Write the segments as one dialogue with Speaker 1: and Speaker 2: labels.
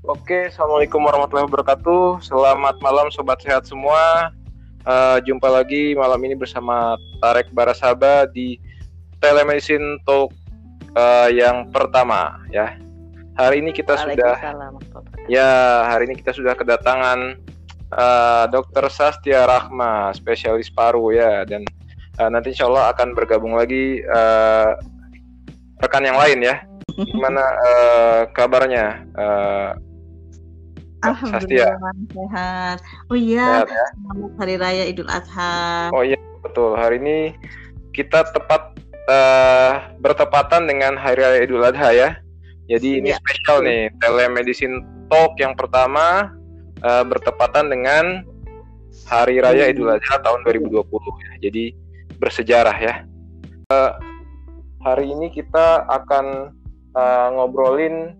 Speaker 1: Oke, Assalamualaikum warahmatullahi wabarakatuh. Selamat malam Sobat Sehat semua. Jumpa lagi malam ini bersama Tarek Barasaba di Telemedicine Talk yang pertama ya. Hari ini kita sudah kedatangan Dr. Sastia Rahma, spesialis paru ya, dan nanti insya Allah akan bergabung lagi rekan yang lain ya. Gimana kabarnya?
Speaker 2: Alhamdulillah sehat. Oh iya, sehat, ya? Selamat Hari Raya Idul Adha.
Speaker 1: Oh iya, betul. Hari ini kita bertepatan dengan Hari Raya Idul Adha ya. Jadi ini spesial nih, Telemedicine Talk yang pertama bertepatan dengan Hari Raya Idul Adha tahun 2020 ya. Jadi bersejarah ya. Hari ini kita akan ngobrolin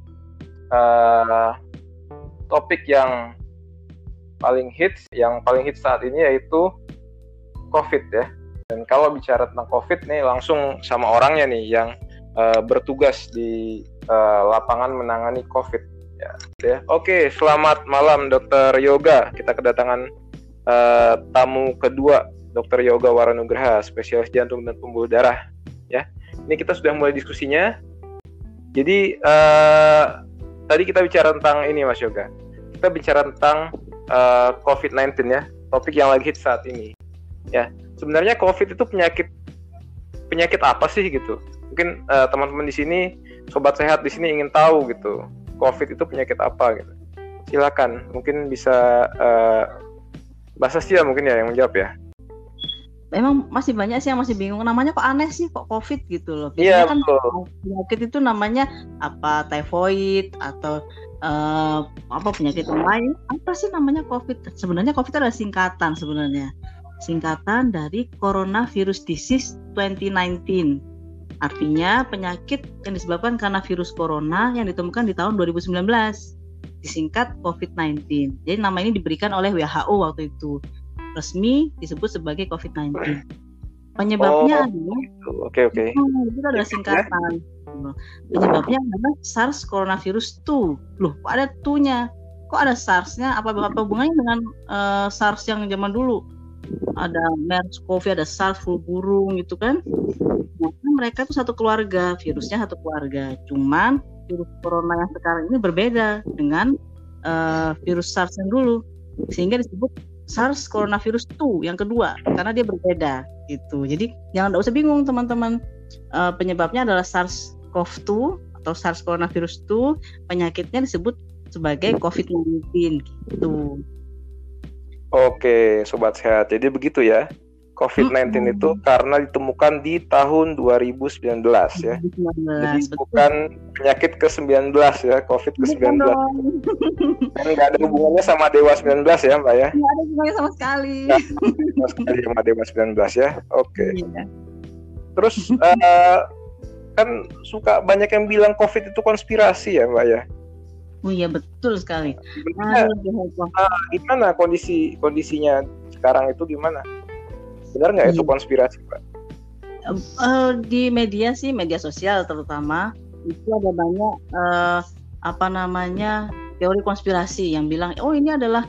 Speaker 1: topik yang paling hits saat ini, yaitu COVID ya. Dan kalau bicara tentang COVID nih, langsung sama orangnya nih yang bertugas di lapangan menangani COVID ya. Oke, selamat malam Dr. Yoga. Kita kedatangan tamu kedua, Dr. Yoga Waranugraha, spesialis jantung dan pembuluh darah ya. Ini kita sudah mulai diskusinya. Jadi tadi kita bicara tentang ini Mas Yoga. Kita bicara tentang COVID-19 ya, topik yang lagi hit saat ini. Ya, sebenarnya COVID itu penyakit apa sih gitu? Mungkin teman-teman di sini, sobat sehat di sini ingin tahu gitu. COVID itu penyakit apa gitu? Silakan, mungkin bisa Mbak Sastia mungkin ya yang menjawab ya.
Speaker 2: Memang masih banyak sih yang masih bingung, namanya kok aneh sih, kok COVID gitu loh.
Speaker 1: Biasanya
Speaker 2: kan penyakit itu namanya apa, typhoid atau penyakit yang lain. Apa sih namanya COVID? Sebenarnya COVID adalah singkatan dari Coronavirus Disease 2019. Artinya penyakit yang disebabkan karena virus corona yang ditemukan di tahun 2019, disingkat COVID-19. Jadi nama ini diberikan oleh WHO waktu itu. Resmi disebut sebagai COVID-19. Penyebabnya
Speaker 1: Oke.
Speaker 2: Itu adalah singkatan. Penyebabnya adalah SARS coronavirus 2. Loh, kok ada 2-nya? Kok ada SARS-nya? Apa hubungannya dengan SARS yang zaman dulu? Ada MERS-CoV, ada SARS flu burung gitu kan? Nah, mereka itu satu keluarga, virusnya satu keluarga. Cuman virus corona yang sekarang ini berbeda dengan virus SARS yang dulu, sehingga disebut SARS coronavirus 2 yang kedua karena dia berbeda gitu. Jadi enggak usah bingung teman-teman. Penyebabnya adalah SARS-CoV-2 atau SARS coronavirus 2, penyakitnya disebut sebagai COVID-19 gitu.
Speaker 1: Oke, sobat sehat. Jadi begitu ya. COVID-19 itu karena ditemukan di tahun 2019 ya. 2019, jadi betul. Bukan penyakit ke-19 ya, COVID ke-19. Dan nggak ada hubungannya sama Dewa 19 ya Mbak ya?
Speaker 2: Nggak ada hubungannya sama sekali.
Speaker 1: Sama sekali sama Dewa 19 ya. Oke. Iya. Terus kan suka banyak yang bilang COVID itu konspirasi ya Mbak ya?
Speaker 2: Oh iya, betul sekali.
Speaker 1: Gimana kondisinya sekarang itu gimana? Benar nggak itu konspirasi, Pak?
Speaker 2: Di media sosial terutama itu ada banyak teori konspirasi yang bilang, oh ini adalah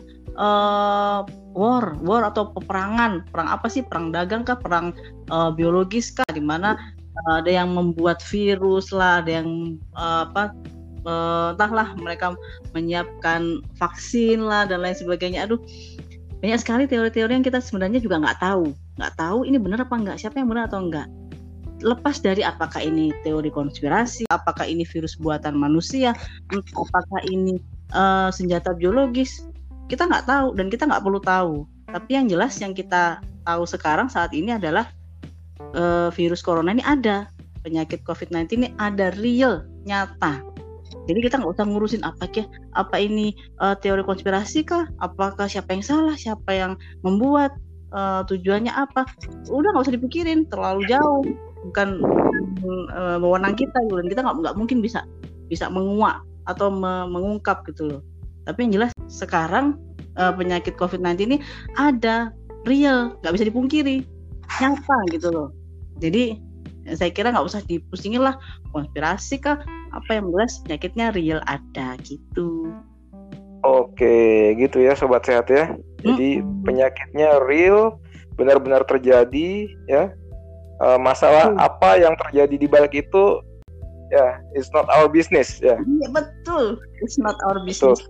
Speaker 2: war atau peperangan. Perang apa sih? Perang dagang kah? Perang biologis kah? Di mana ada yang membuat virus lah, ada yang entahlah, mereka menyiapkan vaksin lah dan lain sebagainya. Aduh, banyak sekali teori-teori yang kita sebenarnya juga nggak tahu ini benar apa enggak, siapa yang benar atau enggak. Lepas dari apakah ini teori konspirasi, apakah ini virus buatan manusia, apakah ini senjata biologis, kita nggak tahu dan kita nggak perlu tahu. Tapi yang jelas yang kita tahu sekarang saat ini adalah virus corona ini ada, penyakit COVID-19 ini ada, real, nyata. Jadi kita nggak usah ngurusin apa ini teori konspirasi kah? Apakah siapa yang salah? Siapa yang membuat? Tujuannya apa? Udah nggak usah dipikirin terlalu jauh. Bukan wewenang kita, dan kita nggak mungkin bisa menguak atau mengungkap gitu loh. Tapi yang jelas sekarang penyakit COVID-19 ini ada, real, nggak bisa dipungkiri, nyata gitu loh. Jadi saya kira nggak usah dipusingin lah konspirasi kah, apa yang jelas penyakitnya real ada gitu.
Speaker 1: Oke, gitu ya sobat sehat ya. Jadi penyakitnya real, benar-benar terjadi ya. Masalah apa yang terjadi di balik itu ya, it's not our business ya.
Speaker 2: Iya betul, it's not our business.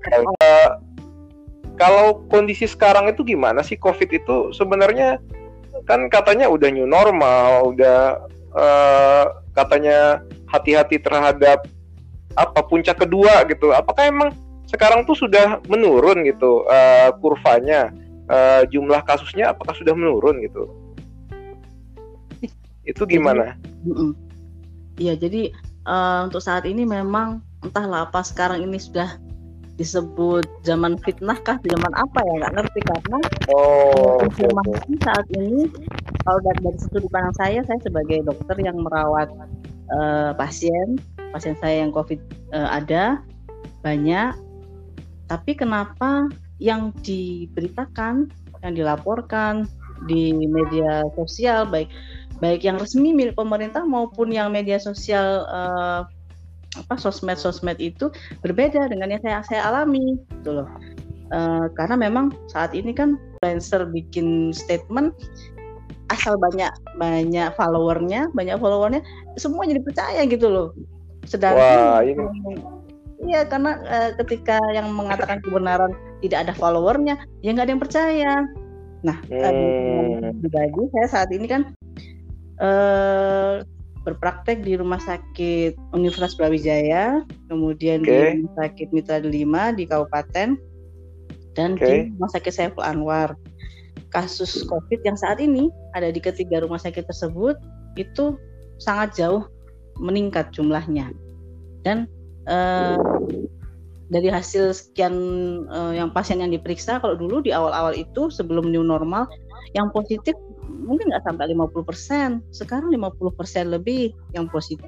Speaker 1: Kalau kondisi sekarang itu gimana sih COVID itu sebenarnya? Kan katanya udah new normal, udah katanya hati-hati terhadap apa puncak kedua gitu. Apakah emang sekarang tuh sudah menurun gitu kurvanya, jumlah kasusnya apakah sudah menurun gitu? Itu gimana?
Speaker 2: Iya, jadi untuk saat ini memang entahlah apa sekarang ini sudah disebut zaman fitnah kah, zaman apa ya nggak ngerti, karena informasi saat ini kalau dari sudut pandang saya sebagai dokter yang merawat pasien saya yang COVID ada banyak, tapi kenapa yang diberitakan, yang dilaporkan di media sosial baik yang resmi milik pemerintah maupun yang media sosial sosmed itu berbeda dengan yang saya alami gitu loh. Karena memang saat ini kan influencer bikin statement asal banyak followernya semuanya dipercaya gitu loh. Sedangkan iya, karena ketika yang mengatakan kebenaran tidak ada followernya, ya nggak ada yang percaya. Nah, pribadi saya saat ini kan berpraktek di Rumah Sakit Universitas Brawijaya, kemudian di Rumah Sakit Mitra 5 di Kabupaten, dan di Rumah Sakit Saiful Anwar. Kasus COVID yang saat ini ada di ketiga rumah sakit tersebut itu sangat jauh meningkat jumlahnya. Dan dari hasil sekian yang pasien yang diperiksa, kalau dulu di awal-awal itu sebelum new normal yang positif mungkin nggak sampai 50%, sekarang 50% lebih yang positif.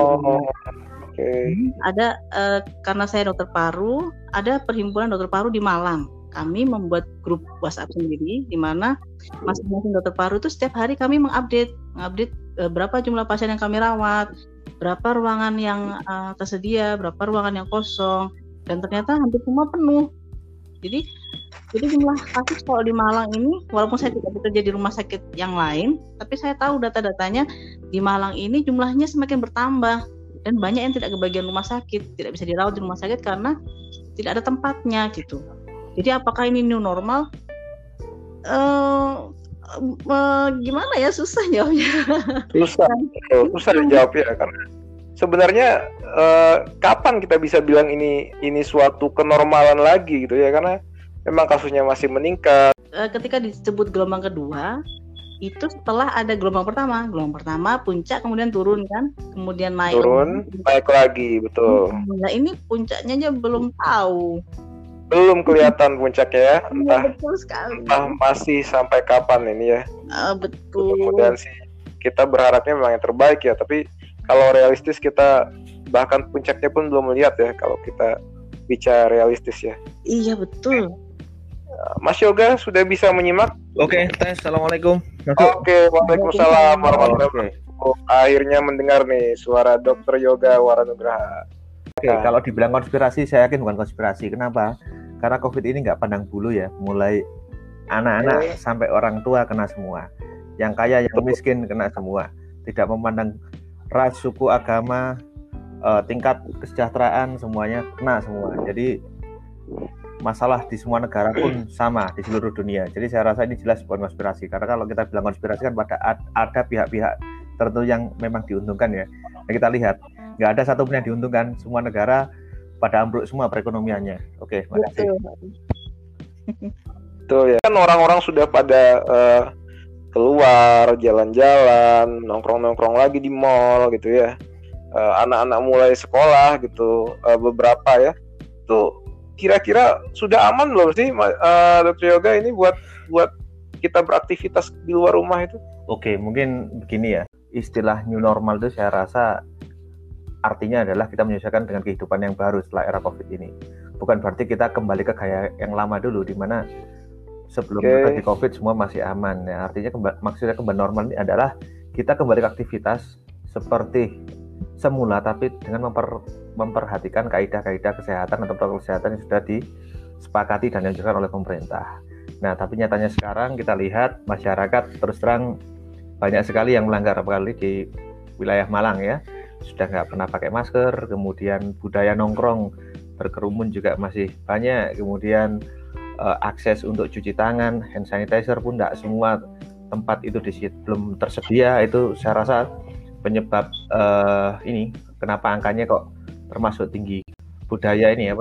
Speaker 2: Ada karena saya dokter paru, ada perhimpunan dokter paru di Malang. Kami membuat grup WhatsApp sendiri di mana masing-masing dokter paru itu setiap hari kami mengupdate berapa jumlah pasien yang kami rawat, berapa ruangan yang tersedia, berapa ruangan yang kosong, dan ternyata hampir semua penuh. Jadi jumlah kasus kalau di Malang ini, walaupun saya tidak bekerja di rumah sakit yang lain, tapi saya tahu data-datanya di Malang ini jumlahnya semakin bertambah dan banyak yang tidak kebagian rumah sakit, tidak bisa dirawat di rumah sakit karena tidak ada tempatnya gitu. Jadi apakah ini new normal? Gimana ya, susah jawabnya.
Speaker 1: Susah dijawab ya, karena sebenarnya kapan kita bisa bilang ini suatu kenormalan lagi gitu ya, karena memang kasusnya masih meningkat.
Speaker 2: Ketika disebut gelombang kedua itu setelah ada gelombang pertama puncak, kemudian turun kan, kemudian naik
Speaker 1: lagi, betul.
Speaker 2: Nah ini puncaknya aja belum tahu.
Speaker 1: Belum kelihatan puncaknya ya,
Speaker 2: entah
Speaker 1: masih sampai kapan ini ya.
Speaker 2: Betul.
Speaker 1: Kemudian sih kita berharapnya memang yang terbaik ya, tapi kalau realistis kita bahkan puncaknya pun belum melihat ya kalau kita bicara realistis ya.
Speaker 2: Iya betul.
Speaker 1: Mas Yoga sudah bisa menyimak?
Speaker 3: Oke, assalamualaikum.
Speaker 1: Oke, waalaikumsalam warahmatullahi wabarakatuh. Akhirnya mendengar nih suara Dr. Yoga Waranugraha.
Speaker 3: Oke, kalau dibilang konspirasi, saya yakin bukan konspirasi. Kenapa? Karena COVID ini nggak pandang bulu ya, mulai anak-anak sampai orang tua kena semua. Yang kaya, yang miskin kena semua. Tidak memandang ras, suku, agama, tingkat kesejahteraan, semuanya kena semua. Jadi masalah di semua negara pun sama di seluruh dunia. Jadi saya rasa ini jelas bukan konspirasi. Karena kalau kita bilang konspirasi kan ada pihak-pihak tertentu yang memang diuntungkan ya. Nah, kita lihat nggak ada satupun yang diuntungkan, semua negara pada ambruk semua perekonomiannya. Oke, makasih.
Speaker 1: Betul ya. Kan orang-orang sudah pada keluar jalan-jalan, nongkrong-nongkrong lagi di mall gitu ya. Anak-anak mulai sekolah gitu, beberapa ya. Tuh kira-kira sudah aman belum sih Dr. Yoga ini buat kita beraktivitas di luar rumah itu?
Speaker 3: Oke, mungkin begini ya. Istilah new normal itu saya rasa artinya adalah kita menyesuaikan dengan kehidupan yang baru setelah era COVID ini. Bukan berarti kita kembali ke gaya yang lama dulu, di mana sebelum terjadi COVID semua masih aman. Ya, artinya maksudnya kembali normal ini adalah kita kembali ke aktivitas seperti semula, tapi dengan memperhatikan kaidah-kaidah kesehatan atau protokol kesehatan yang sudah disepakati dan dianjurkan oleh pemerintah. Nah, tapi nyatanya sekarang kita lihat masyarakat terus terang banyak sekali yang melanggar, apalagi di wilayah Malang ya, sudah nggak pernah pakai masker, kemudian budaya nongkrong berkerumun juga masih banyak, kemudian akses untuk cuci tangan, hand sanitizer pun tidak semua tempat itu belum tersedia. Itu saya rasa penyebab ini kenapa angkanya kok termasuk tinggi. Budaya ini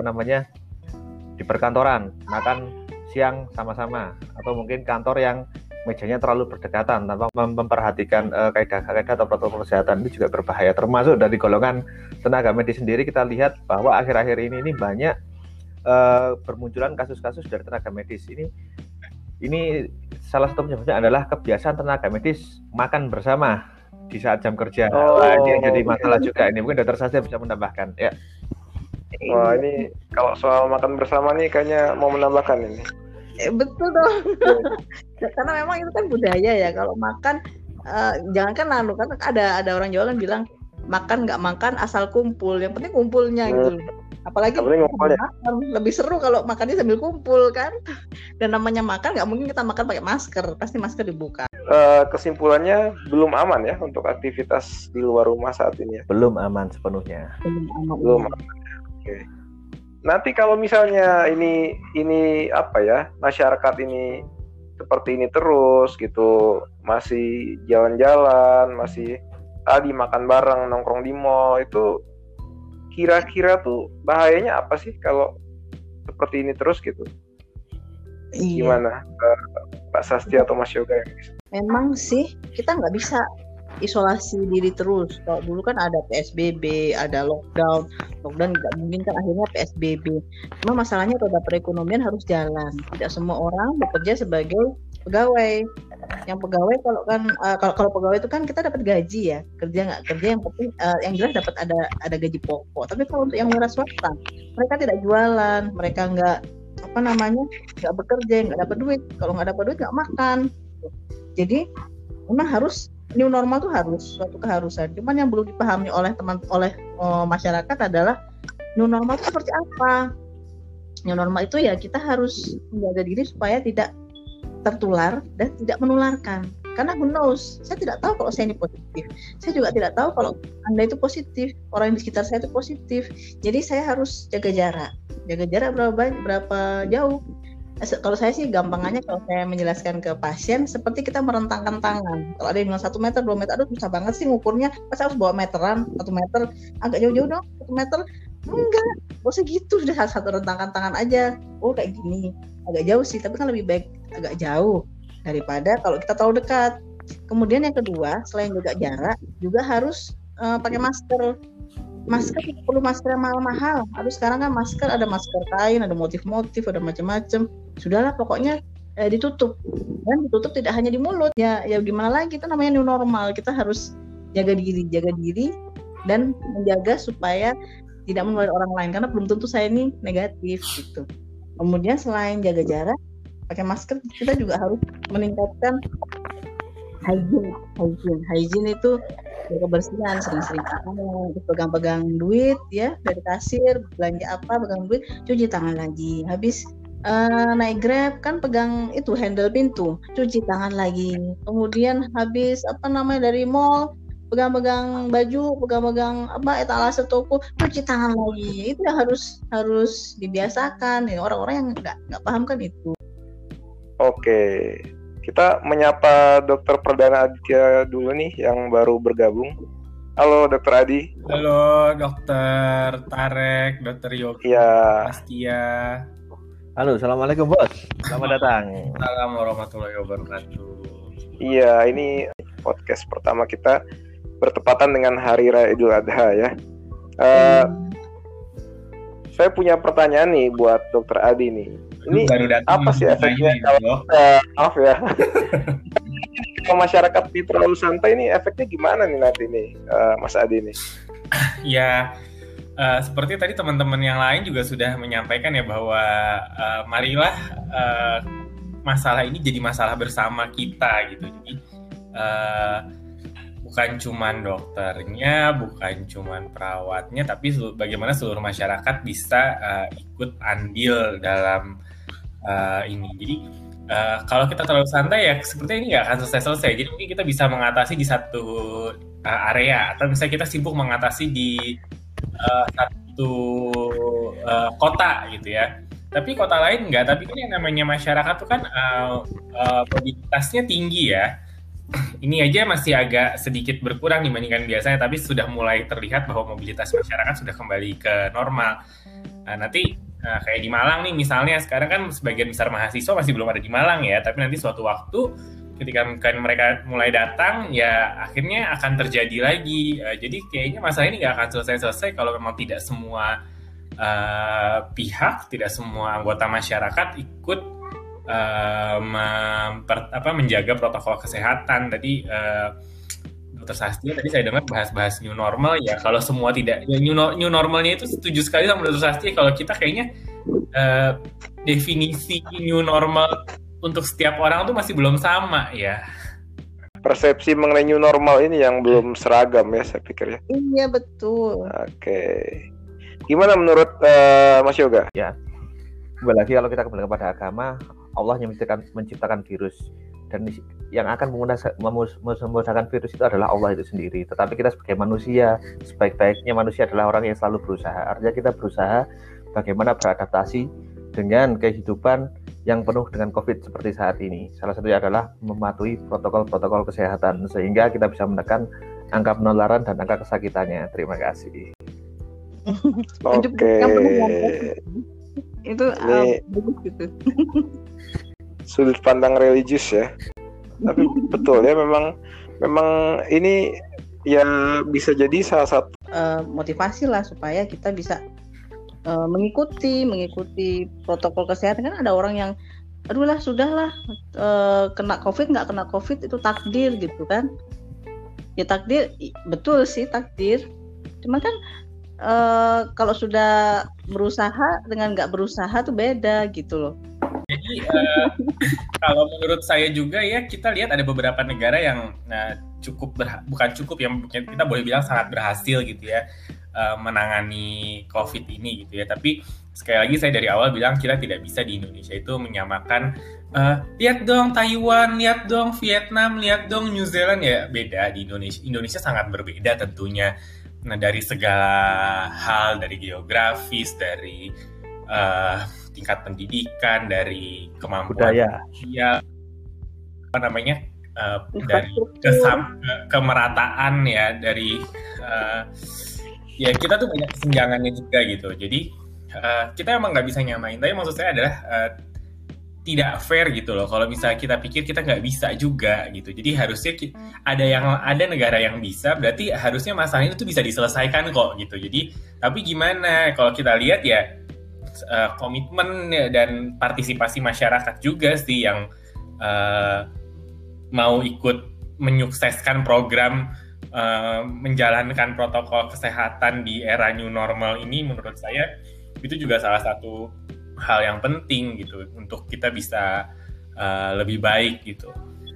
Speaker 3: di perkantoran makan siang sama-sama, atau mungkin kantor yang mejanya terlalu berdekatan tanpa memperhatikan kaidah-kaidah atau protokol kesehatan, itu juga berbahaya. Termasuk dari golongan tenaga medis sendiri, kita lihat bahwa akhir-akhir ini banyak bermunculan kasus-kasus dari tenaga medis. Ini salah satu penyebabnya adalah kebiasaan tenaga medis makan bersama di saat jam kerja. Ini jadi masalah juga. Ini mungkin Dokter Sastia bisa menambahkan ya.
Speaker 1: Wah, ini kalau soal makan bersama nih kayaknya mau menambahkan ini.
Speaker 2: Betul dong. Karena memang itu kan budaya ya. Kalau makan jangankan kan ada orang Jawa kan bilang makan nggak makan asal kumpul. Yang penting kumpulnya gitu. Apalagi makan, lebih seru kalau makannya sambil kumpul kan. Dan namanya makan nggak mungkin kita makan pakai masker, pasti masker dibuka.
Speaker 1: Kesimpulannya belum aman ya untuk aktivitas di luar rumah saat ini ya.
Speaker 3: Belum aman sepenuhnya.
Speaker 1: Belum aman. Oke. Nanti kalau misalnya ini masyarakat ini seperti ini terus gitu, masih jalan-jalan, masih tadi makan bareng, nongkrong di mall, itu kira-kira tuh bahayanya apa sih kalau seperti ini terus gitu? Gimana Pak Sastia atau Mas Yoga yang bisa?
Speaker 2: Memang sih kita nggak bisa isolasi diri terus. Kalau dulu kan ada PSBB, ada lockdown nggak mungkin kan akhirnya PSBB. Cuma masalahnya roda perekonomian harus jalan. Tidak semua orang bekerja sebagai pegawai. Yang pegawai kalau pegawai itu kan kita dapat gaji ya, kerja nggak kerja yang penting yang jelas dapat ada gaji pokok. Tapi kalau untuk yang wira swasta, mereka tidak jualan, mereka nggak bekerja, nggak dapat duit. Kalau nggak dapat duit nggak makan. Jadi memang harus new normal tuh harus suatu keharusan. Cuman yang belum dipahami oleh masyarakat adalah new normal itu seperti apa. New normal itu ya kita harus menjaga diri supaya tidak tertular dan tidak menularkan. Karena who knows, saya tidak tahu kalau saya ini positif. Saya juga tidak tahu kalau Anda itu positif, orang di sekitar saya itu positif. Jadi saya harus jaga jarak. Jaga jarak berapa jauh. Kalau saya sih gampangannya kalau saya menjelaskan ke pasien seperti kita merentangkan tangan. Kalau ada yang bilang 1 meter, 2 meter, aduh susah banget sih ngukurnya. Masa harus bawa meteran, 1 meter, agak jauh-jauh dong, 1 meter. Enggak, gak usah gitu, sudah satu rentangkan tangan aja. Oh kayak gini, agak jauh sih, tapi kan lebih baik agak jauh daripada kalau kita terlalu dekat. Kemudian yang kedua, selain jaga jarak, juga harus pakai masker. Masker tidak perlu masker yang mahal-mahal. Aduh sekarang kan masker ada masker kain, ada motif-motif, ada macam-macam. Sudahlah pokoknya ditutup. Dan ditutup tidak hanya di mulut. Ya gimana lagi, itu namanya new normal. Kita harus jaga diri dan menjaga supaya tidak menulari orang lain karena belum tentu saya ini negatif gitu. Kemudian selain jaga jarak, pakai masker, kita juga harus meningkatkan hygiene itu kebersihan, sering-sering pegang-pegang duit ya dari kasir, belanja apa pegang duit, cuci tangan lagi. Habis naik Grab kan pegang itu handle pintu, cuci tangan lagi. Kemudian habis dari mall pegang-pegang baju, pegang-pegang etalase toko, cuci tangan lagi. Itu yang harus dibiasakan. Ini orang-orang yang nggak paham kan itu.
Speaker 1: Oke. Kita menyapa Dokter Perdana Aditya dulu nih yang baru bergabung. Halo Dokter Adi.
Speaker 4: Halo Dokter Tarek, Dokter Yogi, Sastia.
Speaker 3: Halo, assalamualaikum bos. Selamat datang.
Speaker 4: Assalamualaikum warahmatullahi wabarakatuh.
Speaker 1: Iya, ini podcast pertama kita bertepatan dengan Hari Raya Idul Adha ya. Saya punya pertanyaan nih buat Dokter Adi nih. Ini apa sih efeknya kalau maaf ya? Kalau masyarakat ini terlalu santai ini efeknya gimana nih nanti nih, Mas Adi nih?
Speaker 4: Ya, seperti tadi teman-teman yang lain juga sudah menyampaikan ya bahwa marilah masalah ini jadi masalah bersama kita gitu. Jadi bukan cuman dokternya, bukan cuman perawatnya, tapi bagaimana seluruh masyarakat bisa ikut andil dalam ini. Jadi kalau kita terlalu santai ya sepertinya ini nggak akan selesai-selesai. Jadi mungkin kita bisa mengatasi di satu area, atau misalnya kita sibuk mengatasi di satu kota gitu ya. Tapi kota lain enggak. Tapi kan yang namanya masyarakat tuh kan mobilitasnya tinggi ya. Ini aja masih agak sedikit berkurang dibandingkan biasanya, tapi sudah mulai terlihat bahwa mobilitas masyarakat sudah kembali ke normal. Nanti kayak di Malang nih misalnya, sekarang kan sebagian besar mahasiswa masih belum ada di Malang ya, tapi nanti suatu waktu ketika mereka mulai datang ya akhirnya akan terjadi lagi. Jadi kayaknya masalah ini nggak akan selesai-selesai kalau memang tidak semua pihak, tidak semua anggota masyarakat ikut menjaga protokol kesehatan. Tadi Dr. Sastia tadi saya dengar bahas new normal ya. Kalau semua tidak ya, new normalnya itu setuju sekali sama Dr. Sastia. Kalau kita kayaknya definisi new normal untuk setiap orang tuh masih belum sama ya.
Speaker 1: Persepsi mengenai new normal ini yang belum seragam ya, saya pikir ya.
Speaker 2: Iya betul.
Speaker 1: Oke. Gimana menurut Mas Yoga?
Speaker 3: Ya, kembali lagi kalau kita kembali kepada agama, Allah yang menciptakan virus, dan yang akan memudahkan virus itu adalah Allah itu sendiri. Tetapi kita sebagai manusia, sebaik-baiknya manusia adalah orang yang selalu berusaha. Artinya kita berusaha bagaimana beradaptasi dengan kehidupan yang penuh dengan COVID seperti saat ini. Salah satunya adalah mematuhi protokol-protokol kesehatan sehingga kita bisa menekan angka penularan dan angka kesakitannya. Terima kasih.
Speaker 1: Oke.
Speaker 2: Itu bagus gitu.
Speaker 1: Sudut pandang religius ya. Tapi betul ya, memang ini ya bisa jadi salah satu
Speaker 2: motivasi lah supaya kita bisa mengikuti protokol kesehatan. Kan ada orang yang aduh lah sudahlah kena COVID nggak kena COVID itu takdir gitu kan. Ya takdir, betul sih takdir. Cuma kan kalau sudah berusaha dengan nggak berusaha tuh beda gitu loh.
Speaker 4: Jadi kalau menurut saya juga ya, kita lihat ada beberapa negara yang bukan cukup yang kita boleh bilang sangat berhasil gitu ya menangani COVID ini gitu ya. Tapi sekali lagi saya dari awal bilang kita tidak bisa di Indonesia itu menyamakan lihat dong Taiwan, lihat dong Vietnam, lihat dong New Zealand, ya beda. Di Indonesia sangat berbeda tentunya. Nah, dari segala hal, dari geografis, dari tingkat pendidikan, dari kemampuan budaya, dari kemerataan ya, dari ya kita tuh banyak kesenjangannya juga gitu. Jadi kita emang nggak bisa nyamain. Tapi maksud saya adalah tidak fair gitu loh. Kalau misalnya kita pikir kita nggak bisa juga gitu. Jadi harusnya ada negara yang bisa, berarti harusnya masalah ini tuh bisa diselesaikan kok gitu. Jadi tapi gimana kalau kita lihat ya komitmen dan partisipasi masyarakat juga sih yang mau ikut menyukseskan program menjalankan protokol kesehatan di era new normal ini. Menurut saya itu juga salah satu hal yang penting gitu untuk kita bisa lebih baik gitu.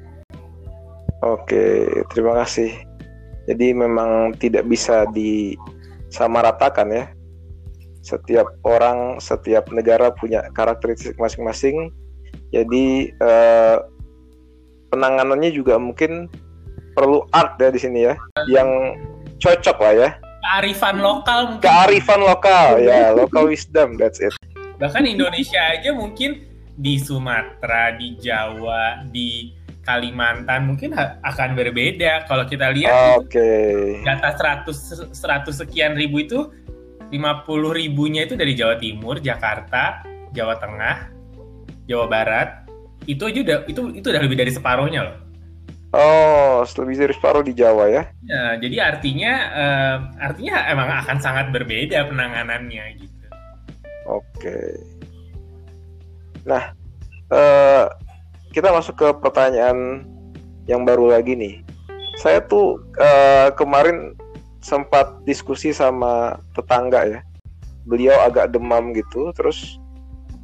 Speaker 1: Oke, terima kasih. Jadi memang tidak bisa disamaratakan ya. Setiap orang, setiap negara punya karakteristik masing-masing. Jadi penanganannya juga mungkin perlu art ya di sini ya, yang cocok lah ya.
Speaker 4: Kearifan lokal mungkin.
Speaker 1: Kearifan lokal ya, local wisdom, that's it. Bahkan
Speaker 4: Indonesia aja mungkin di Sumatera, di Jawa, di Kalimantan mungkin akan berbeda. Kalau kita lihat data 100 sekian ribu itu 50 ribunya itu dari Jawa Timur, Jakarta, Jawa Tengah, Jawa Barat. Itu aja itu udah lebih dari separuhnya loh.
Speaker 1: Oh, lebih dari separuh di Jawa ya?
Speaker 4: Ya, jadi artinya emang akan sangat berbeda penanganannya gitu.
Speaker 1: Oke. Nah, kita masuk ke pertanyaan yang baru lagi nih. Saya tuh kemarin sempat diskusi sama tetangga ya. Beliau agak demam gitu, terus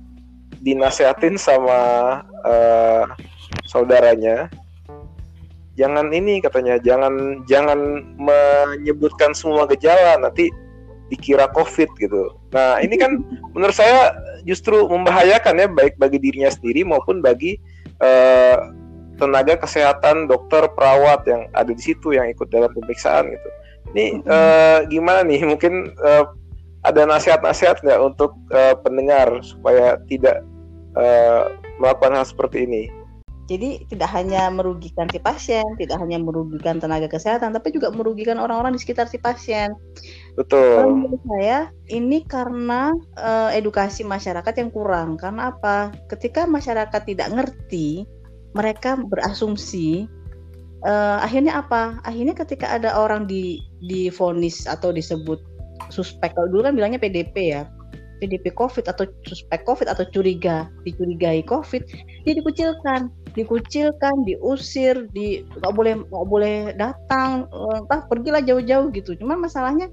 Speaker 1: dinasehatin sama saudaranya jangan ini katanya, jangan menyebutkan semua gejala, nanti dikira COVID gitu. Nah ini kan menurut saya justru membahayakan ya, baik bagi dirinya sendiri maupun bagi tenaga kesehatan, dokter, perawat yang ada di situ yang ikut dalam pemeriksaan gitu. Ini gimana nih? Mungkin ada nasihat-nasihat nggak untuk pendengar supaya tidak melakukan hal seperti ini?
Speaker 2: Jadi tidak hanya merugikan si pasien, tidak hanya merugikan tenaga kesehatan, tapi juga merugikan orang-orang di sekitar si pasien.
Speaker 1: Betul.
Speaker 2: Menurut saya ini karena edukasi masyarakat yang kurang. Karena apa? Ketika masyarakat tidak ngerti, mereka berasumsi. Akhirnya apa? Akhirnya ketika ada orang divonis atau disebut suspek, kalau dulu kan bilangnya PDP ya, PDP COVID atau suspek COVID atau dicurigai COVID, dia dikucilkan, diusir, nggak boleh datang, entah pergilah jauh-jauh gitu. Cuman masalahnya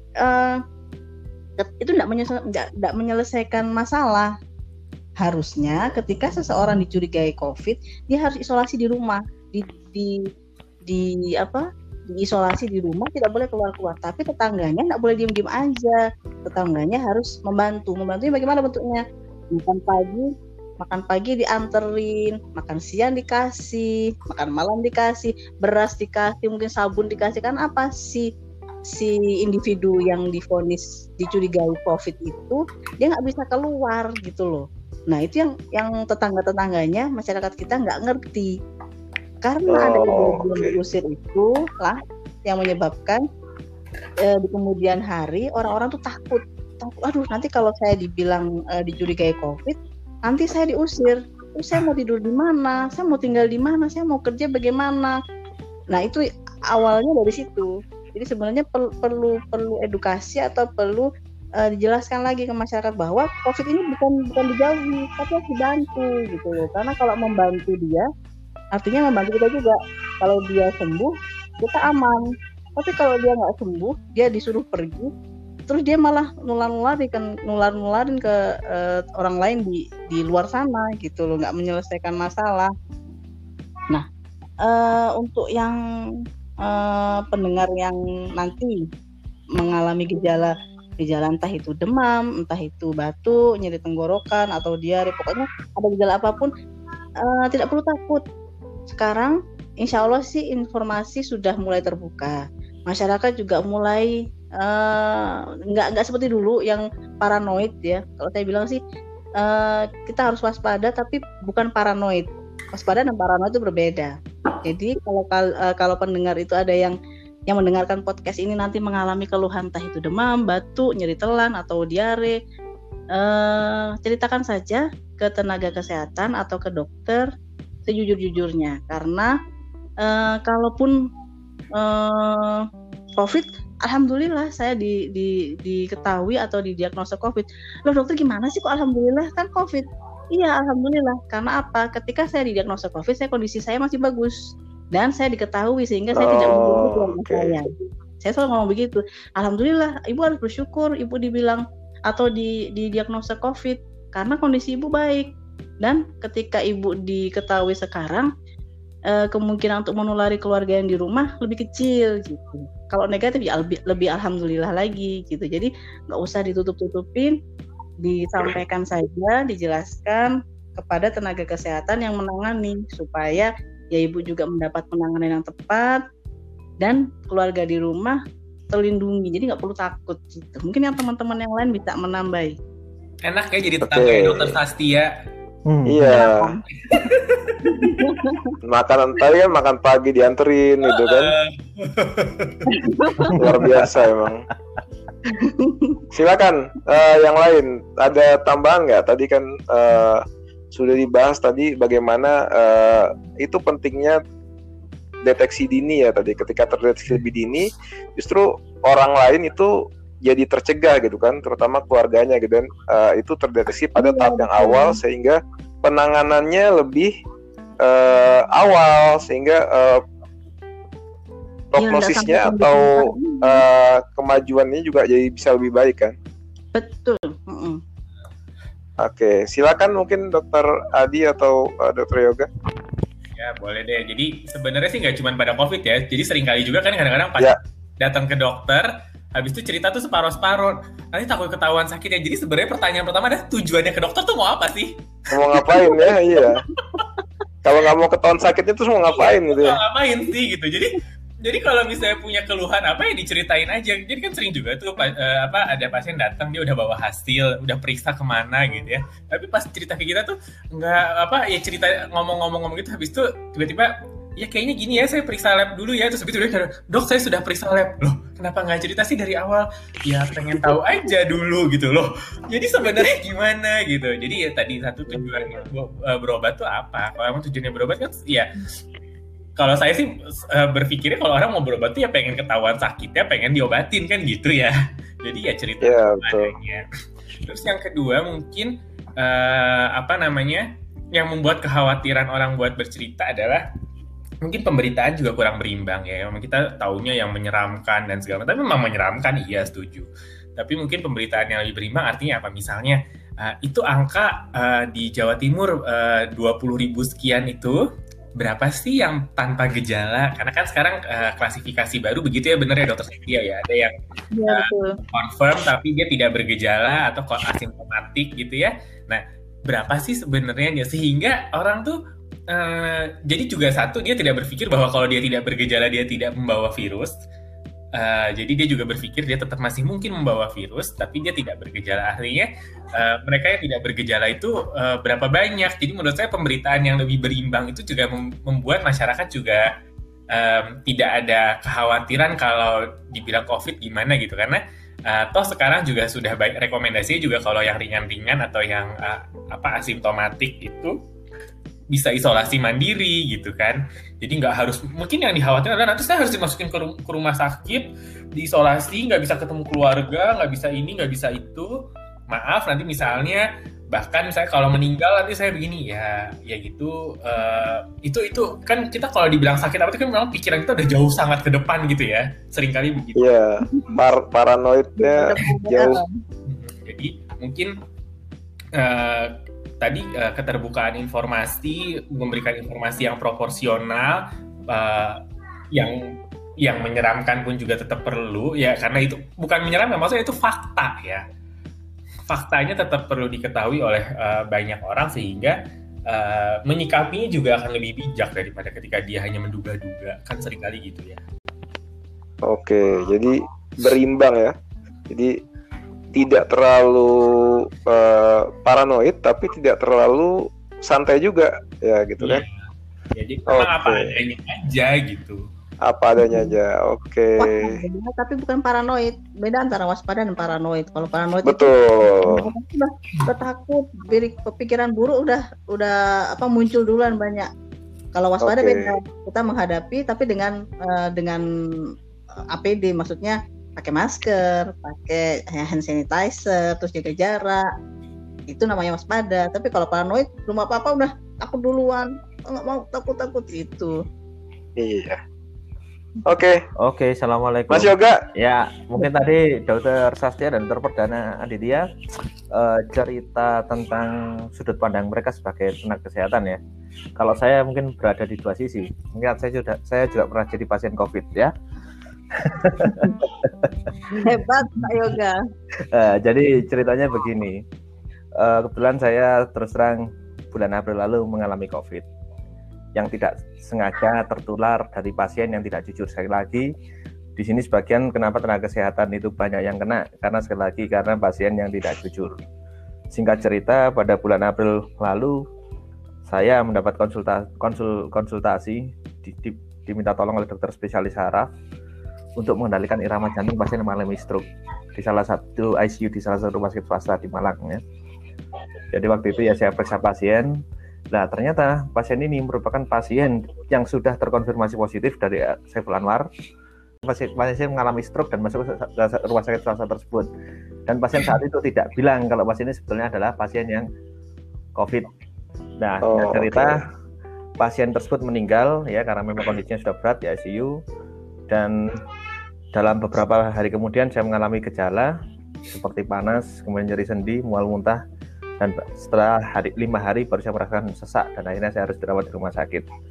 Speaker 2: itu nggak menyelesaikan masalah. Harusnya ketika seseorang dicurigai COVID, dia harus isolasi di rumah, diisolasi di rumah, tidak boleh keluar-keluar. Tapi tetangganya nggak boleh diem-diem aja. Tetangganya harus membantu. Membantunya bagaimana bentuknya? Makan pagi dianterin, makan siang dikasih, makan malam dikasih, beras dikasih, mungkin sabun dikasih. Kan apa si individu yang divonis dicurigai COVID itu dia nggak bisa keluar gitu loh. Nah itu yang tetangga-tetangganya masyarakat kita nggak ngerti. Karena ada kejadian diusir itu lah yang menyebabkan di kemudian hari orang-orang tuh takut. Aduh, nanti kalau saya dibilang dicurigai COVID, nanti saya diusir. Terus saya mau tidur di mana? Saya mau tinggal di mana? Saya mau kerja bagaimana? Nah itu awalnya dari situ. Jadi sebenarnya perlu edukasi atau perlu dijelaskan lagi ke masyarakat bahwa COVID ini bukan dijauhi, tapi harus dibantu gitu loh. Karena kalau membantu dia, artinya membantu kita juga. Kalau dia sembuh, kita aman. Tapi kalau dia nggak sembuh, dia disuruh pergi, terus dia malah nularin ke orang lain di luar sana gitu loh, nggak menyelesaikan masalah. Nah, untuk yang pendengar yang nanti mengalami gejala entah itu demam, entah itu batuk, nyeri tenggorokan atau diare, pokoknya ada gejala apapun, tidak perlu takut. Sekarang insya Allah sih informasi sudah mulai terbuka. Masyarakat juga mulai nggak seperti dulu yang paranoid ya. Kalau saya bilang sih kita harus waspada, tapi bukan paranoid. Waspada dan paranoid itu berbeda. Jadi kalau pendengar itu ada yang mendengarkan podcast ini nanti mengalami keluhan entah itu demam, batuk, nyeri telan atau diare, ceritakan saja ke tenaga kesehatan atau ke dokter sejujur-jujurnya. Karena kalaupun COVID, alhamdulillah saya diketahui atau didiagnosa COVID. Loh dokter gimana sih kok alhamdulillah, kan COVID? Iya alhamdulillah. Karena apa? Ketika saya didiagnosa COVID, kondisi saya masih bagus dan saya diketahui sehingga saya tidak mengganggu keluarga saya. Saya selalu ngomong begitu. Alhamdulillah, ibu harus bersyukur ibu dibilang atau didiagnosa COVID karena kondisi ibu baik. Dan ketika ibu diketahui sekarang, kemungkinan untuk menulari keluarga yang di rumah lebih kecil gitu. Kalau negatif ya lebih alhamdulillah lagi gitu. Jadi nggak usah ditutup-tutupin, disampaikan saja, dijelaskan kepada tenaga kesehatan yang menangani supaya ya ibu juga mendapat penanganan yang tepat dan keluarga di rumah terlindungi. Jadi nggak perlu takut gitu. Mungkin yang teman-teman yang lain bisa menambahi.
Speaker 4: Enak ya jadi tetangga dokter Sastia.
Speaker 1: Iya. Makanan tadi kan makan pagi dianterin gitu kan. Luar biasa emang. Silakan yang lain ada tambahan nggak? Tadi kan sudah dibahas tadi bagaimana itu pentingnya deteksi dini ya tadi. Ketika terdeteksi lebih dini, justru orang lain itu jadi tercegah gitu kan, terutama keluarganya gitu kan. Itu terdeteksi pada tahap yang awal sehingga penanganannya lebih awal sehingga prognosisnya atau kemajuannya juga jadi bisa lebih baik kan.
Speaker 2: Betul.
Speaker 1: Oke, silakan mungkin Dokter Adi atau Dokter Yoga.
Speaker 4: Ya, boleh deh. Jadi sebenarnya sih nggak cuma pada COVID ya. Jadi seringkali juga kan kadang-kadang pas datang ke dokter, habis itu cerita tuh separuh-separuh. Nanti takut ketahuan sakit ya. Jadi sebenarnya pertanyaan pertama adalah tujuannya ke dokter tuh mau apa sih?
Speaker 1: Mau ngapain ya? Iya. Kalau nggak mau ketahuan sakitnya terus mau ngapain gitu ya?
Speaker 4: Mau ngapain sih gitu. Jadi kalau misalnya punya keluhan apa ya diceritain aja. Jadi kan sering juga tuh ada pasien datang dia udah bawa hasil, udah periksa kemana gitu ya. Tapi pas cerita ke kita tuh nggak cerita ngomong-ngomong gitu habis itu tiba-tiba ya kayaknya gini ya saya periksa lab dulu ya terus habis itu dia dok saya sudah periksa lab. Loh, kenapa nggak cerita sih dari awal? Ya pengen tahu aja dulu gitu loh. Jadi sebenarnya gimana gitu. Jadi ya tadi satu tujuannya berobat tuh apa? Kalau emang tujuannya berobat kan ya kalau saya sih berpikirnya kalau orang mau berobat tuh ya pengen ketahuan sakitnya, pengen diobatin kan gitu ya. Jadi ya cerita adanya. Terus yang kedua mungkin yang membuat kekhawatiran orang buat bercerita adalah mungkin pemberitaan juga kurang berimbang ya. Memang kita taunya yang menyeramkan dan segala macam. Tapi memang menyeramkan, iya setuju. Tapi mungkin pemberitaan yang lebih berimbang artinya apa? Misalnya itu angka di Jawa Timur 20.000 sekian itu berapa sih yang tanpa gejala? Karena kan sekarang klasifikasi baru begitu ya, bener ya Dokter Cynthia ya. Ada yang confirm tapi dia tidak bergejala atau asimptomatik gitu ya. Nah, berapa sih sebenarnya sehingga orang tuh jadi juga satu dia tidak berpikir bahwa kalau dia tidak bergejala dia tidak membawa virus. Jadi dia juga berpikir dia tetap masih mungkin membawa virus, tapi dia tidak bergejala. Artinya mereka yang tidak bergejala itu berapa banyak. Jadi menurut saya pemberitaan yang lebih berimbang itu juga membuat masyarakat juga tidak ada kekhawatiran kalau dibilang COVID gimana gitu. Karena toh sekarang juga sudah baik rekomendasinya juga kalau yang ringan-ringan atau yang asimptomatik itu bisa isolasi mandiri gitu kan. Jadi nggak harus, mungkin yang dikhawatirkan adalah nanti saya harus dimasukin ke rumah sakit, diisolasi, nggak bisa ketemu keluarga, nggak bisa ini, nggak bisa itu. Maaf nanti misalnya, bahkan misalnya kalau meninggal nanti saya begini, ya gitu. Itu kan kita kalau dibilang sakit apa itu kan memang pikiran kita udah jauh sangat ke depan gitu ya. Seringkali begitu.
Speaker 1: Iya, paranoidnya jauh.
Speaker 4: Jadi mungkin tadi keterbukaan informasi, memberikan informasi yang proporsional, yang menyeramkan pun juga tetap perlu ya, karena itu bukan menyeramkan, maksudnya itu fakta ya. Faktanya tetap perlu diketahui oleh banyak orang sehingga menyikapinya juga akan lebih bijak daripada ketika dia hanya menduga-duga, kan seringkali gitu ya.
Speaker 1: Oke, jadi berimbang ya. Jadi tidak terlalu paranoid tapi tidak terlalu santai juga ya gitu kan.
Speaker 4: Jadi apa adanya aja gitu.
Speaker 1: Apa adanya aja. Oke.
Speaker 2: Tapi bukan paranoid. Beda antara waspada dan paranoid. Kalau paranoid
Speaker 1: betul.
Speaker 2: Itu udah takut, pikiran buruk udah muncul duluan banyak. Kalau waspada beda. Kita menghadapi tapi dengan APD, maksudnya pakai masker, pakai hand sanitizer, terus jaga jarak. Itu namanya waspada. Tapi kalau paranoid, belum apa-apa udah takut duluan. Nggak mau, takut itu.
Speaker 1: Iya. Oke,
Speaker 3: assalamualaikum.
Speaker 1: Mas Yoga.
Speaker 3: Ya, mungkin tadi Dr. Sastia dan Dr. Perdana Aditya cerita tentang sudut pandang mereka sebagai tenaga kesehatan ya. Kalau saya mungkin berada di dua sisi. Mungkin saya juga pernah jadi pasien COVID ya.
Speaker 2: Hebat Pak Yoga.
Speaker 3: Jadi ceritanya begini, kebetulan saya terus terang bulan April lalu mengalami COVID yang tidak sengaja tertular dari pasien yang tidak jujur. Sekali lagi di sini sebagian kenapa tenaga kesehatan itu banyak yang kena, karena sekali lagi karena pasien yang tidak jujur. Singkat cerita, pada bulan April lalu saya mendapat konsultasi diminta tolong oleh dokter spesialis saraf untuk mengendalikan irama jantung pasien yang mengalami stroke di salah satu ICU di salah satu rumah sakit swasta di Malang ya. Jadi waktu itu ya saya periksa pasien. Nah ternyata pasien ini merupakan pasien yang sudah terkonfirmasi positif dari Saiful Anwar. Pasien mengalami stroke dan masuk ke rumah sakit swasta tersebut. Dan pasien saat itu tidak bilang kalau pasien ini sebetulnya adalah pasien yang COVID. Nah cerita pasien tersebut meninggal ya karena memang kondisinya sudah berat di ICU. Dan dalam beberapa hari kemudian saya mengalami gejala seperti panas, kemudian nyeri sendi, mual muntah, dan setelah 5 hari baru saya merasakan sesak dan akhirnya saya harus dirawat di rumah sakit.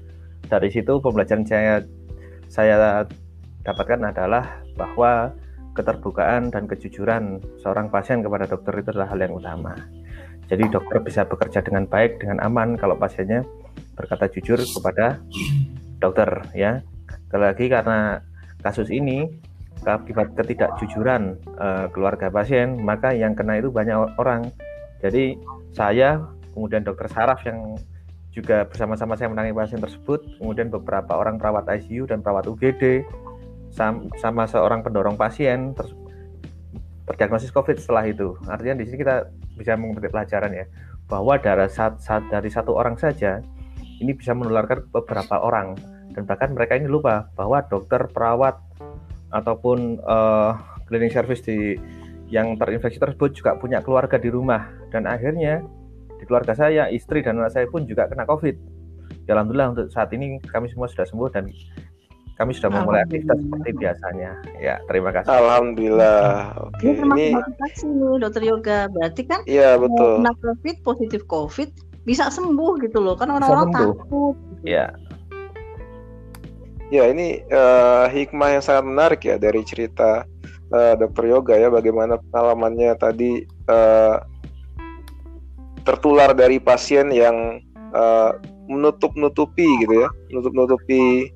Speaker 3: dari situ pembelajaran saya dapatkan adalah bahwa keterbukaan dan kejujuran seorang pasien kepada dokter itu adalah hal yang utama. Jadi dokter bisa bekerja dengan baik, dengan aman kalau pasiennya berkata jujur kepada dokter, ya. Lagi karena kasus ini akibat ketidakjujuran keluarga pasien, maka yang kena itu banyak orang. Jadi saya, kemudian dokter saraf yang juga bersama-sama saya menangani pasien tersebut, kemudian beberapa orang perawat ICU dan perawat UGD, sama seorang pendorong pasien terdiagnosis COVID setelah itu. Artinya di sini kita bisa mengambil pelajaran ya, bahwa dari satu orang saja ini bisa menularkan ke beberapa orang, dan bahkan mereka ini lupa bahwa dokter, perawat ataupun cleaning service yang terinfeksi tersebut juga punya keluarga di rumah, dan akhirnya di keluarga saya, istri dan anak saya pun juga kena COVID. Ya, alhamdulillah untuk saat ini kami semua sudah sembuh dan kami sudah memulai aktivitas seperti biasanya. Ya, terima kasih.
Speaker 1: Alhamdulillah. Oke.
Speaker 2: Ini kasih nih Dokter Yoga. Berarti kan
Speaker 1: iya, betul.
Speaker 2: Kena COVID, positif COVID bisa sembuh gitu loh. Kan orang-orang takut.
Speaker 3: Iya.
Speaker 1: Ya, ini hikmah yang sangat menarik ya dari cerita Dokter Yoga ya, bagaimana pengalamannya tadi tertular dari pasien yang menutup-nutupi gitu ya, menutup-nutupi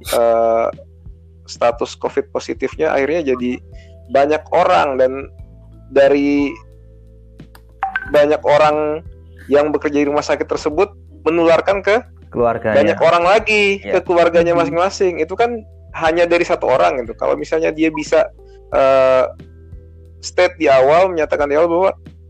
Speaker 1: status COVID positifnya, akhirnya jadi banyak orang, dan dari banyak orang yang bekerja di rumah sakit tersebut menularkan ke
Speaker 3: keluarganya.
Speaker 1: Banyak orang lagi ke keluarganya masing-masing. Itu kan hanya dari satu orang gitu. Kalau misalnya dia bisa state di awal, menyatakan di awal bahwa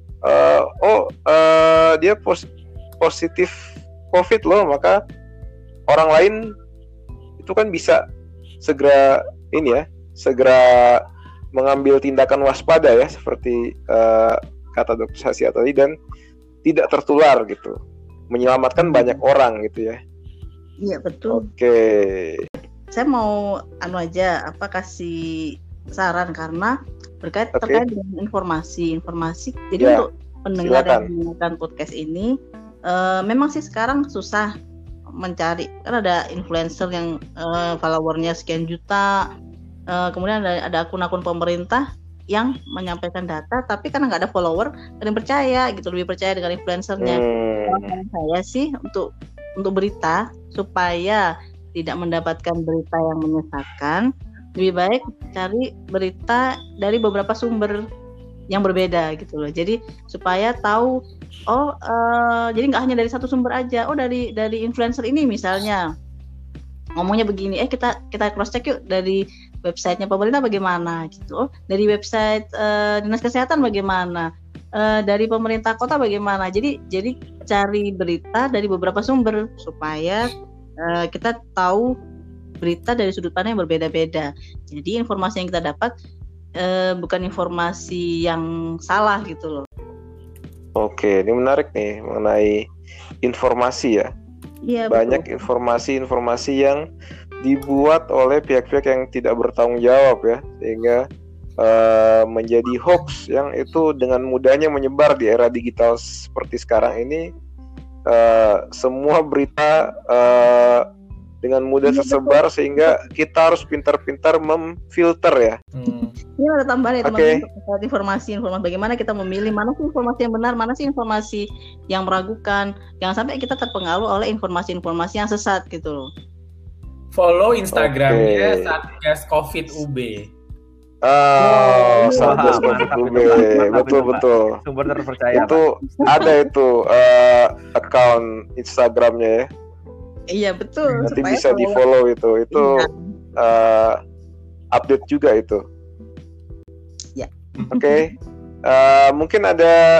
Speaker 1: dia positif COVID loh, maka orang lain itu kan bisa segera mengambil tindakan waspada ya, seperti kata Dr. Sasya tadi, dan tidak tertular gitu, menyelamatkan banyak orang gitu ya.
Speaker 2: Iya, betul.
Speaker 1: Oke.
Speaker 2: Saya mau kasih saran karena terkait dengan informasi. Jadi untuk pendengar yang mendengarkan podcast ini, memang sih sekarang susah mencari, kan ada influencer yang followernya sekian juta, kemudian ada akun-akun pemerintah yang menyampaikan data, tapi karena nggak ada follower, ada yang percaya gitu, lebih percaya dengan influencernya. Saya sih untuk berita, supaya tidak mendapatkan berita yang menyesatkan, lebih baik cari berita dari beberapa sumber yang berbeda gitu loh. Jadi supaya tahu, jadi nggak hanya dari satu sumber aja. Dari influencer ini misalnya ngomongnya begini, kita cross check yuk dari websitenya pemerintah bagaimana gitu. Dari website dinas kesehatan bagaimana, dari pemerintah kota bagaimana. Jadi cari berita dari beberapa sumber supaya kita tahu berita dari sudut pandang yang berbeda-beda. Jadi informasi yang kita dapat bukan informasi yang salah gitu loh. Oke,
Speaker 1: ini menarik nih mengenai informasi ya.
Speaker 2: Iya,
Speaker 1: banyak betul. Informasi yang dibuat oleh pihak-pihak yang tidak bertanggung jawab ya, sehingga menjadi hoax yang itu dengan mudahnya menyebar di era digital seperti sekarang ini. Semua berita dengan mudah tersebar, sehingga kita harus pintar-pintar memfilter ya.
Speaker 2: Ini ada tambahan ya teman-teman, terkait informasi bagaimana kita memilih mana sih informasi yang benar, mana sih informasi yang meragukan. Jangan sampai kita terpengaruh oleh informasi-informasi yang sesat gitu loh.
Speaker 4: Follow Instagramnya Satgas COVID UB.
Speaker 1: Satgas COVID UB, betul.
Speaker 3: Sumber terpercaya.
Speaker 1: Itu ada itu account Instagramnya ya.
Speaker 2: Iya, betul.
Speaker 1: Nanti bisa di follow itu update juga itu.
Speaker 2: Ya.
Speaker 1: Oke. Mungkin ada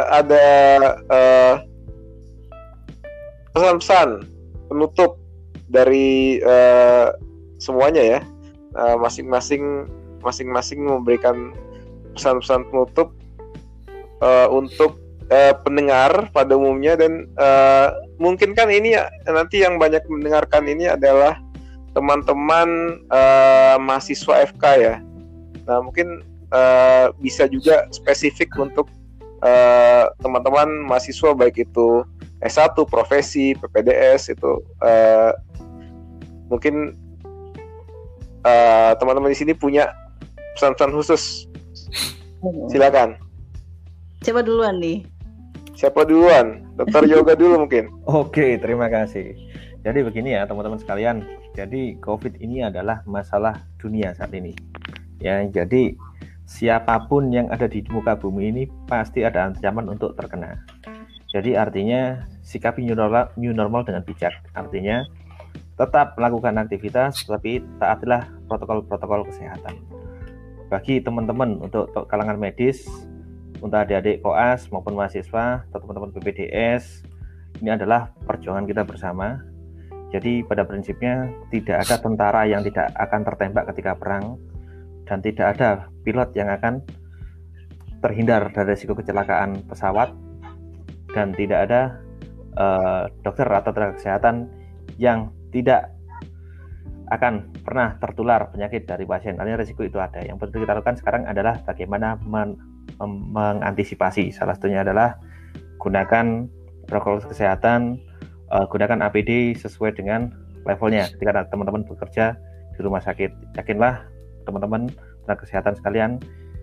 Speaker 1: pesan-pesan penutup dari semuanya ya. Masing-masing memberikan pesan-pesan penutup untuk pendengar pada umumnya, dan mungkin kan ini nanti yang banyak mendengarkan ini adalah teman-teman mahasiswa FK ya. Nah, mungkin bisa juga spesifik untuk teman-teman mahasiswa baik itu S1, profesi, PPDS itu Mungkin teman-teman di sini punya pesan-pesan khusus. Silakan.
Speaker 2: Siapa duluan nih?
Speaker 1: Siapa duluan? Dr. Yoga dulu mungkin.
Speaker 3: Oke, terima kasih. Jadi begini ya teman-teman sekalian. Jadi COVID ini adalah masalah dunia saat ini. Ya, jadi siapapun yang ada di muka bumi ini pasti ada ancaman untuk terkena. Jadi artinya sikapi new normal dengan bijak. Artinya tetap melakukan aktivitas, tapi taatilah protokol kesehatan. Bagi teman-teman untuk kalangan medis, untuk adik-adik koas maupun mahasiswa atau teman-teman PPDS, ini adalah perjuangan kita bersama. Jadi pada prinsipnya tidak ada tentara yang tidak akan tertembak ketika perang, dan tidak ada pilot yang akan terhindar dari risiko kecelakaan pesawat, dan tidak ada dokter atau tenaga kesehatan yang tidak akan pernah tertular penyakit dari pasien. Artinya risiko itu ada. Yang perlu kita lakukan sekarang adalah bagaimana mengantisipasi. Salah satunya adalah gunakan protokol kesehatan, gunakan APD sesuai dengan levelnya ketika teman-teman bekerja di rumah sakit. Yakinlah teman-teman tenaga kesehatan sekalian,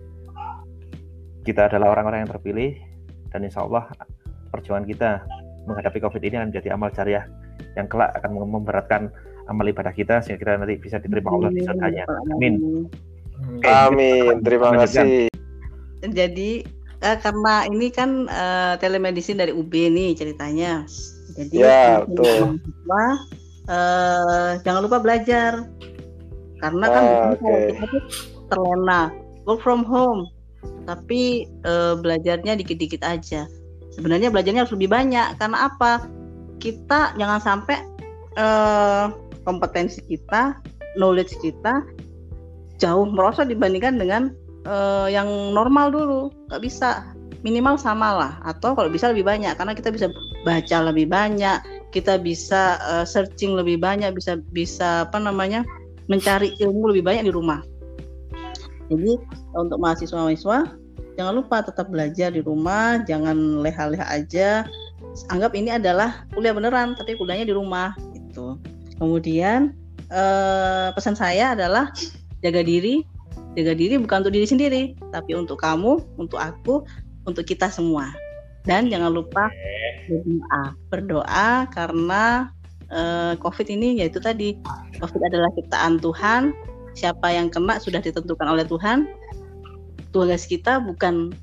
Speaker 3: kita adalah orang-orang yang terpilih, dan insya Allah perjuangan kita menghadapi COVID ini akan menjadi amal jariah yang kelak akan memberatkan amal ibadah kita sehingga kita nanti bisa diterima Allah di surganya. Amin.
Speaker 1: Amin. Terima kasih.
Speaker 2: Jadi karena ini kan telemedicine dari UB nih ceritanya. Jadi
Speaker 1: ya, betul.
Speaker 2: Jangan lupa belajar. Karena kan kalau kita tuh terlena work from home, tapi belajarnya dikit-dikit aja. Sebenarnya belajarnya harus lebih banyak. Karena apa? Kita jangan sampai kompetensi kita, knowledge kita jauh merosot dibandingkan dengan yang normal dulu. Gak bisa, minimal sama lah, atau kalau bisa lebih banyak, karena kita bisa baca lebih banyak, kita bisa searching lebih banyak, bisa mencari ilmu lebih banyak di rumah. Jadi untuk mahasiswa-mahasiswa jangan lupa tetap belajar di rumah, jangan leha-leha aja. Anggap ini adalah kuliah beneran, tapi kuliahnya di rumah gitu. Kemudian pesan saya adalah jaga diri bukan untuk diri sendiri, tapi untuk kamu, untuk aku, untuk kita semua. Dan jangan lupa berdoa karena COVID ini yaitu tadi, COVID adalah ciptaan Tuhan. Siapa yang kena sudah ditentukan oleh Tuhan. Tugas kita bukan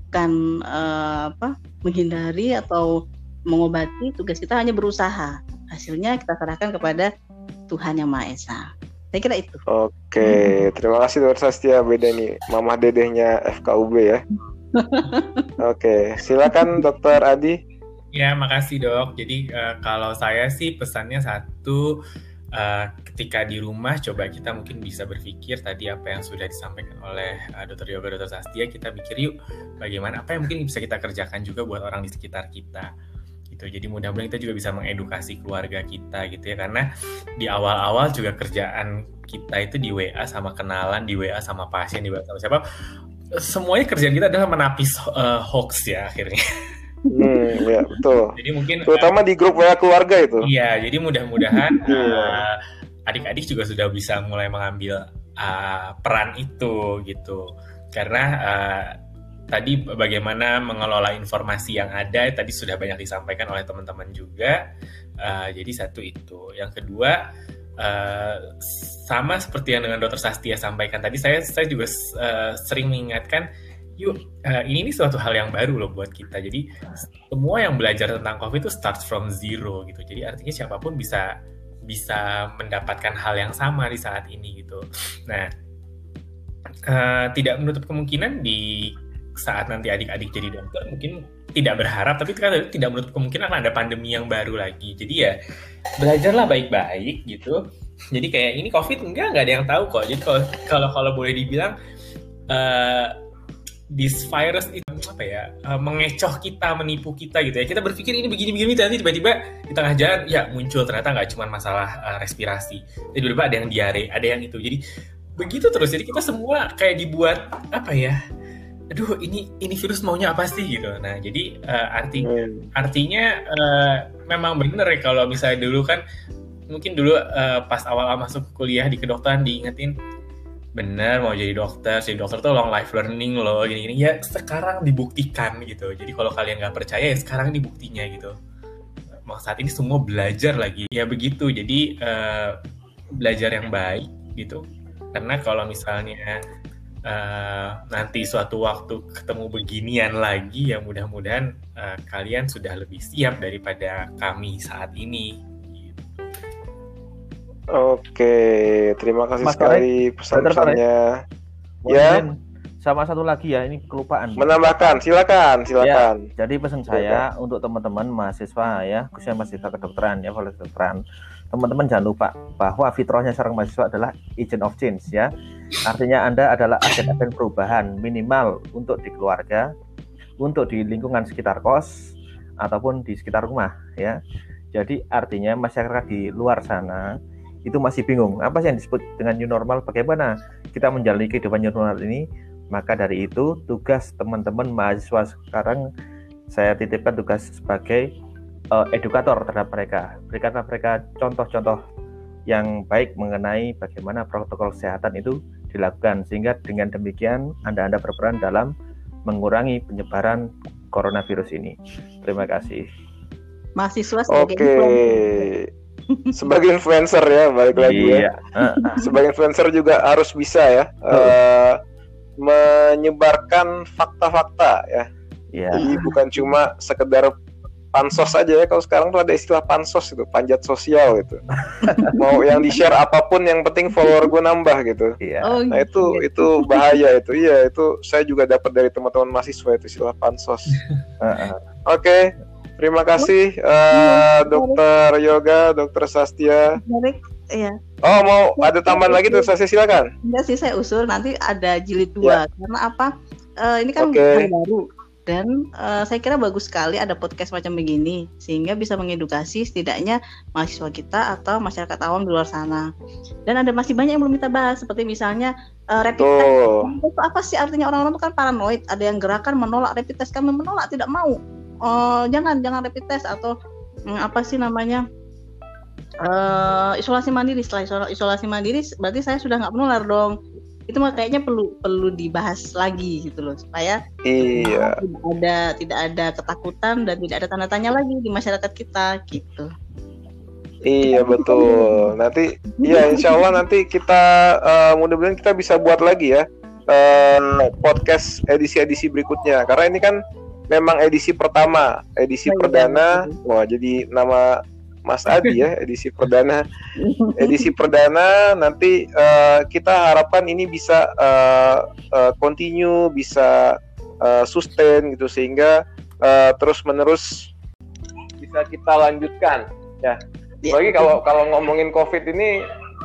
Speaker 2: menghindari atau mengobati, tugas kita hanya berusaha. Hasilnya kita serahkan kepada Tuhan Yang Maha Esa. Saya kira itu.
Speaker 1: Oke, terima kasih Dr. Sastia. Beda nih, mamah dedehnya FKUB ya. Oke, silakan Dr. Adi.
Speaker 4: Ya, makasih Dok. Jadi kalau saya sih pesannya satu, ketika di rumah coba kita mungkin bisa berpikir tadi apa yang sudah disampaikan oleh Dr. Yoga, Dr. Sastia. Kita pikir yuk bagaimana apa yang mungkin bisa kita kerjakan juga buat orang di sekitar kita. Jadi mudah-mudahan kita juga bisa mengedukasi keluarga kita gitu ya, karena di awal-awal juga kerjaan kita itu di WA sama kenalan, di WA sama pasien, di WA sama siapa, semuanya kerjaan kita adalah menapis hoax ya akhirnya.
Speaker 1: Ya betul.
Speaker 4: Jadi mungkin
Speaker 1: terutama di grup WA keluarga itu.
Speaker 4: Iya, jadi mudah-mudahan adik-adik juga sudah bisa mulai mengambil peran itu gitu, karena tadi bagaimana mengelola informasi yang ada tadi sudah banyak disampaikan oleh teman-teman juga. Jadi satu itu. Yang kedua, sama seperti yang dengan Dr. Sastia sampaikan tadi, saya juga sering mengingatkan, yuk ini suatu hal yang baru loh buat kita. Jadi semua yang belajar tentang COVID itu starts from zero gitu. Jadi artinya siapapun bisa mendapatkan hal yang sama di saat ini gitu. Nah, tidak menutup kemungkinan di saat nanti adik-adik jadi dokter mungkin tidak berharap, tapi kan tidak menutup kemungkinan akan ada pandemi yang baru lagi. Jadi ya belajarlah baik-baik gitu. Jadi kayak ini COVID enggak ada yang tahu kok. Jadi kalau boleh dibilang this virus itu mengecoh kita, menipu kita gitu ya. Kita berpikir ini begini nanti tiba-tiba di tengah jalan ya muncul ternyata nggak cuma masalah respirasi. Jadi tiba-tiba ada yang diare, ada yang itu. Jadi begitu terus. Jadi kita semua kayak dibuat aduh ini virus maunya apa sih gitu. Nah jadi artinya memang benar ya kalau misalnya dulu kan mungkin dulu pas awal masuk kuliah di kedokteran diingetin, bener mau jadi dokter tuh long life learning loh, gini-gini. Ya sekarang dibuktikan gitu. Jadi kalau kalian nggak percaya ya sekarang ini buktinya gitu. Saat ini semua belajar lagi. Ya begitu, jadi belajar yang baik gitu. Karena kalau misalnya nanti suatu waktu ketemu beginian lagi, ya mudah-mudahan kalian sudah lebih siap daripada kami saat ini.
Speaker 1: Oke, terima kasih
Speaker 3: Mas
Speaker 1: sekali pesan-pesannya. Ya,
Speaker 3: sama satu lagi ya, ini kelupaan.
Speaker 1: Menambahkan, silakan.
Speaker 3: Ya, jadi pesan saya untuk teman-teman mahasiswa ya, khususnya mahasiswa kedokteran ya, fakultas kedokteran. Teman-teman jangan lupa bahwa fitrahnya seorang mahasiswa adalah agent of change ya. Artinya Anda adalah agen-agen perubahan minimal untuk di keluarga, untuk di lingkungan sekitar kos ataupun di sekitar rumah ya. Jadi artinya masyarakat di luar sana itu masih bingung apa sih yang disebut dengan new normal, bagaimana kita menjalani kehidupan new normal ini. Maka dari itu tugas teman-teman mahasiswa sekarang saya titipkan tugas sebagai edukator terhadap mereka. Berikanlah mereka contoh-contoh yang baik mengenai bagaimana protokol kesehatan itu dilakukan, sehingga dengan demikian Anda berperan dalam mengurangi penyebaran coronavirus ini. Terima kasih.
Speaker 2: Mahasiswa sebagai
Speaker 1: sebagai influencer ya, balik lagi ya. Sebagai influencer juga harus bisa ya menyebarkan fakta-fakta ya. Jadi bukan cuma sekedar pansos aja ya. Kalau sekarang tuh ada istilah pansos itu, panjat sosial gitu. Mau yang di-share apapun, yang penting follower gue nambah gitu. Nah itu bahaya itu. Iya, itu saya juga dapat dari teman-teman mahasiswa itu istilah pansos. Oke. Terima kasih Dokter Yoga, Dokter Sastia.
Speaker 2: Iya.
Speaker 1: Oh, mau ada tambahan lagi Dokter Sastia, silakan.
Speaker 2: Enggak sih, saya usul nanti ada jilid 2 karena apa? Ini kan baru dan saya kira bagus sekali ada podcast macam begini sehingga bisa mengedukasi setidaknya mahasiswa kita atau masyarakat awam di luar sana. Dan ada masih banyak yang belum kita bahas seperti misalnya rapid test. Itu apa sih artinya? Orang-orang itu kan paranoid, ada yang gerakan menolak rapid test, kami menolak, tidak mau. Jangan rapid test atau apa sih namanya isolasi mandiri. Setelah isolasi mandiri berarti saya sudah nggak menular dong. Itu kayaknya perlu dibahas lagi gitu loh, supaya tidak ada ketakutan dan tidak ada tanda tanya lagi di masyarakat kita gitu.
Speaker 1: Iya betul. Nanti ya insya Allah nanti kita mudah-mudahan kita bisa buat lagi ya podcast edisi berikutnya, karena ini kan memang edisi pertama, edisi perdana. Wah, jadi nama Mas Adi ya, edisi perdana. Edisi perdana nanti kita harapkan ini bisa continue, bisa sustain gitu, sehingga terus-menerus bisa kita lanjutkan ya. Apalagi kalau ngomongin COVID ini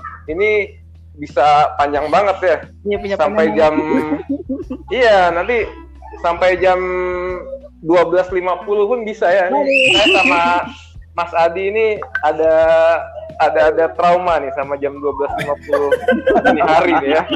Speaker 1: bisa panjang banget ya. Sampai jam nanti sampai jam 12.50 pun bisa ya. Saya sama Mas Adi ini ada trauma nih sama jam 12.50 ini hari nih ya.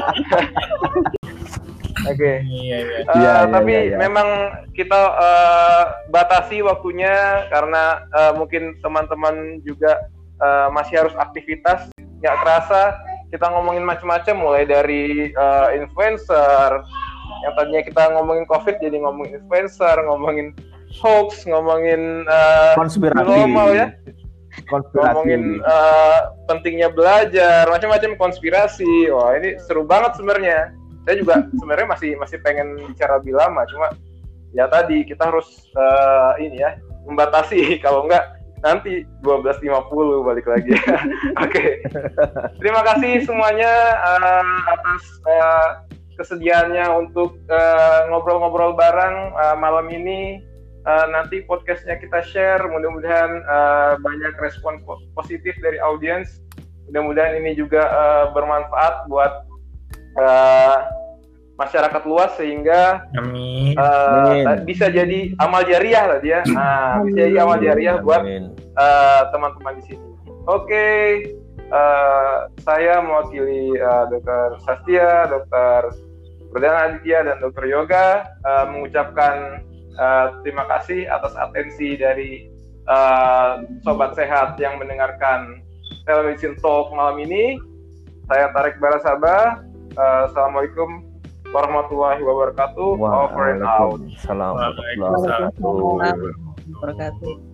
Speaker 1: Oke. Tapi memang kita batasi waktunya karena mungkin teman-teman juga masih harus aktivitas. Nggak kerasa kita ngomongin macam-macam, mulai dari influencer yang tadinya kita ngomongin COVID jadi ngomongin influencer, ngomongin hoax, ngomongin
Speaker 3: konspirasi
Speaker 1: normal ya, ngomongin pentingnya belajar, macam-macam konspirasi. Wah, ini seru banget sebenarnya. Saya juga sebenarnya masih pengen bicara lebih lama, cuma ya tadi kita harus membatasi, kalau enggak nanti 12.50 balik lagi. Oke. Terima kasih semuanya atas kesediaannya untuk ngobrol-ngobrol bareng malam ini. Nanti podcastnya kita share, mudah-mudahan banyak respon positif dari audiens. Mudah-mudahan ini juga bermanfaat buat masyarakat luas, sehingga bisa jadi amal jariah lah dia. Bisa jadi amal jariah buat teman-teman di sini. Oke. Saya mewakili Dr. Sastia, Dr. Perdana Aditya, dan Dr. Yoga mengucapkan terima kasih atas atensi dari Sobat Sehat yang mendengarkan Telemedicine Talk malam ini. Saya Tarik Barasaba. Assalamualaikum warahmatullahi wabarakatuh. Over and out.
Speaker 3: Waalaikumsalam warahmatullahi wabarakatuh.
Speaker 2: Wabarakatuh.